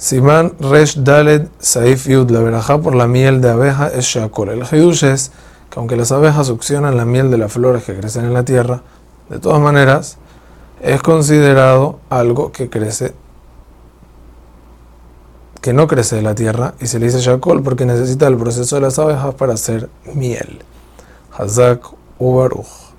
Simán Resh Daled Saif Yud, la verajá por la miel de abeja es Shakol. El Hidush es que aunque las abejas succionan la miel de las flores que crecen en la tierra, de todas maneras es considerado algo que crece, que no crece de la tierra, y se le dice Shakol porque necesita el proceso de las abejas para hacer miel. Hazak Ubaruch.